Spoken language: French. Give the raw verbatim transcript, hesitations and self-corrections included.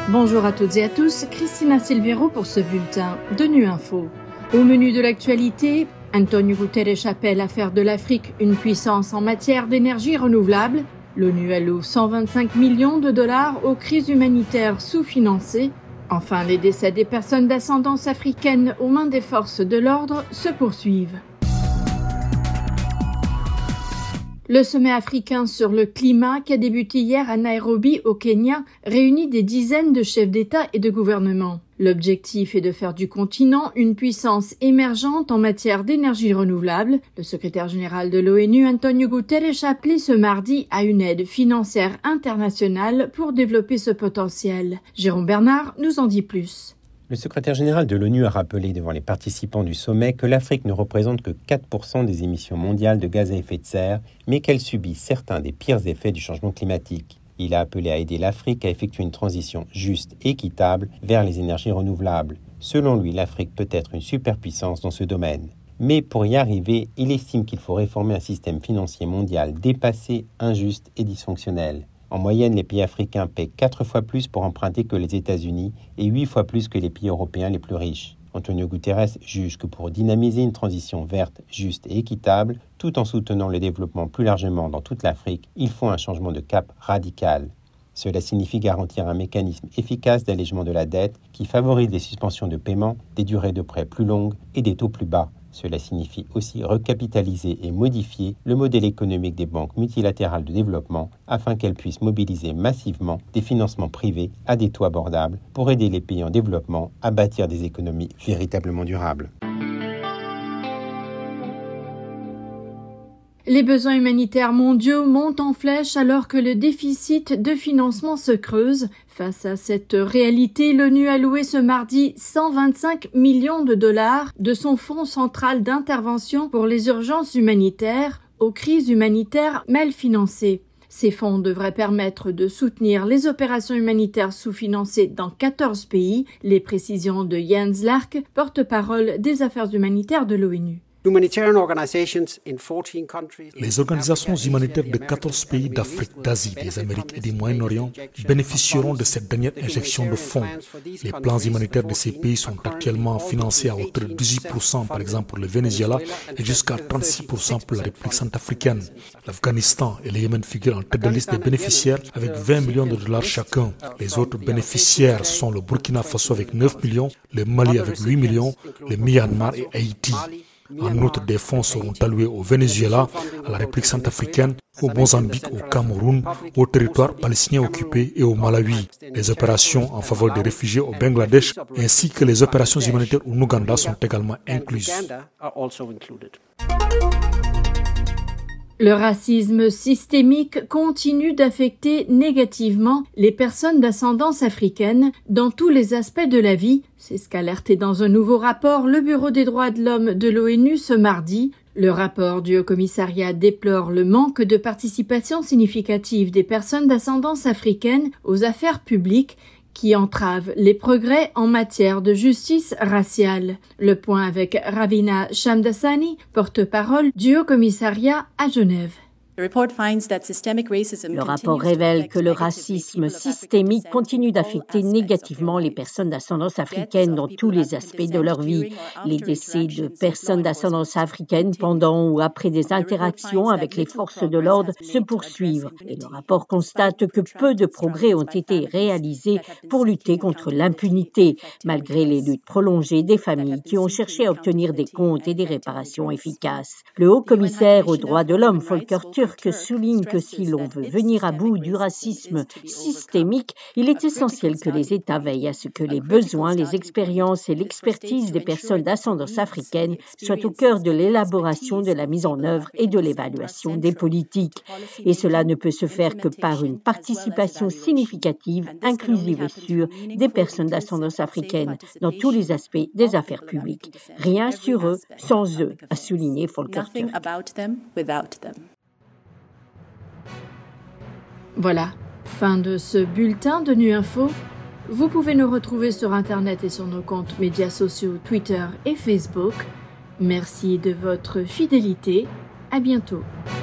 Bonjour à toutes et à tous, Christina Silvero pour ce bulletin de Nu Info. Au menu de l'actualité, Antonio Guterres appelle à faire de l'Afrique une puissance en matière d'énergie renouvelable. L'ONU alloue cent vingt-cinq millions de dollars aux crises humanitaires sous-financées. Enfin, les décès des personnes d'ascendance africaine aux mains des forces de l'ordre se poursuivent. Le sommet africain sur le climat qui a débuté hier à Nairobi, au Kenya, réunit des dizaines de chefs d'État et de gouvernement. L'objectif est de faire du continent une puissance émergente en matière d'énergie renouvelable. Le secrétaire général de l'ONU, Antonio Guterres, a appelé ce mardi à une aide financière internationale pour développer ce potentiel. Jérôme Bernard nous en dit plus. Le secrétaire général de l'ONU a rappelé devant les participants du sommet que l'Afrique ne représente que quatre pour cent des émissions mondiales de gaz à effet de serre, mais qu'elle subit certains des pires effets du changement climatique. Il a appelé à aider l'Afrique à effectuer une transition juste et équitable vers les énergies renouvelables. Selon lui, l'Afrique peut être une superpuissance dans ce domaine. Mais pour y arriver, il estime qu'il faut réformer un système financier mondial dépassé, injuste et dysfonctionnel. En moyenne, les pays africains paient quatre fois plus pour emprunter que les États-Unis et huit fois plus que les pays européens les plus riches. Antonio Guterres juge que pour dynamiser une transition verte, juste et équitable, tout en soutenant le développement plus largement dans toute l'Afrique, il faut un changement de cap radical. Cela signifie garantir un mécanisme efficace d'allègement de la dette qui favorise des suspensions de paiement, des durées de prêts plus longues et des taux plus bas. Cela signifie aussi recapitaliser et modifier le modèle économique des banques multilatérales de développement afin qu'elles puissent mobiliser massivement des financements privés à des taux abordables pour aider les pays en développement à bâtir des économies véritablement durables. Les besoins humanitaires mondiaux montent en flèche alors que le déficit de financement se creuse. Face à cette réalité, l'ONU a alloué ce mardi cent vingt-cinq millions de dollars de son fonds central d'intervention pour les urgences humanitaires aux crises humanitaires mal financées. Ces fonds devraient permettre de soutenir les opérations humanitaires sous-financées dans quatorze pays, les précisions de Jens Lark, porte-parole des affaires humanitaires de l'ONU. Les organisations humanitaires de quatorze pays d'Afrique, d'Asie, des Amériques et du Moyen-Orient bénéficieront de cette dernière injection de fonds. Les plans humanitaires de ces pays sont actuellement financés à hauteur de dix-huit pour cent par exemple pour le Venezuela et jusqu'à trente-six pour cent pour la République centrafricaine. L'Afghanistan et le Yémen figurent en tête de liste des bénéficiaires avec vingt millions de dollars chacun. Les autres bénéficiaires sont le Burkina Faso avec neuf millions, le Mali avec huit millions, le Myanmar et Haïti. En outre, des fonds seront alloués au Venezuela, à la République centrafricaine, au Mozambique, au Cameroun, au territoire palestinien occupé et au Malawi. Les opérations en faveur des réfugiés au Bangladesh ainsi que les opérations humanitaires au Ouganda sont également incluses. Le racisme systémique continue d'affecter négativement les personnes d'ascendance africaine dans tous les aspects de la vie. C'est ce qu'a alerté dans un nouveau rapport le Bureau des droits de l'homme de l'ONU ce mardi. Le rapport du Haut-Commissariat déplore le manque de participation significative des personnes d'ascendance africaine aux affaires publiques qui entrave les progrès en matière de justice raciale. Le point avec Ravina Shamdasani, porte-parole du Haut-Commissariat à Genève. Le rapport révèle que le racisme systémique continue d'affecter négativement les personnes d'ascendance africaine dans tous les aspects de leur vie. Les décès de personnes d'ascendance africaine pendant ou après des interactions avec les forces de l'ordre se poursuivent. Et le rapport constate que peu de progrès ont été réalisés pour lutter contre l'impunité, malgré les luttes prolongées des familles qui ont cherché à obtenir des comptes et des réparations efficaces. Le haut-commissaire aux droits de l'homme, Volker Turk, souligne que si l'on veut venir à bout du racisme systémique, il est essentiel que les États veillent à ce que les besoins, les expériences et l'expertise des personnes d'ascendance africaine soient au cœur de l'élaboration, de la mise en œuvre et de l'évaluation des politiques. Et cela ne peut se faire que par une participation significative, inclusive et sûre des personnes d'ascendance africaine dans tous les aspects des affaires publiques. Rien sur eux sans eux, a souligné Volker Turk. Voilà, fin de ce bulletin de Nu Info. Vous pouvez nous retrouver sur Internet et sur nos comptes médias sociaux Twitter et Facebook. Merci de votre fidélité. À bientôt.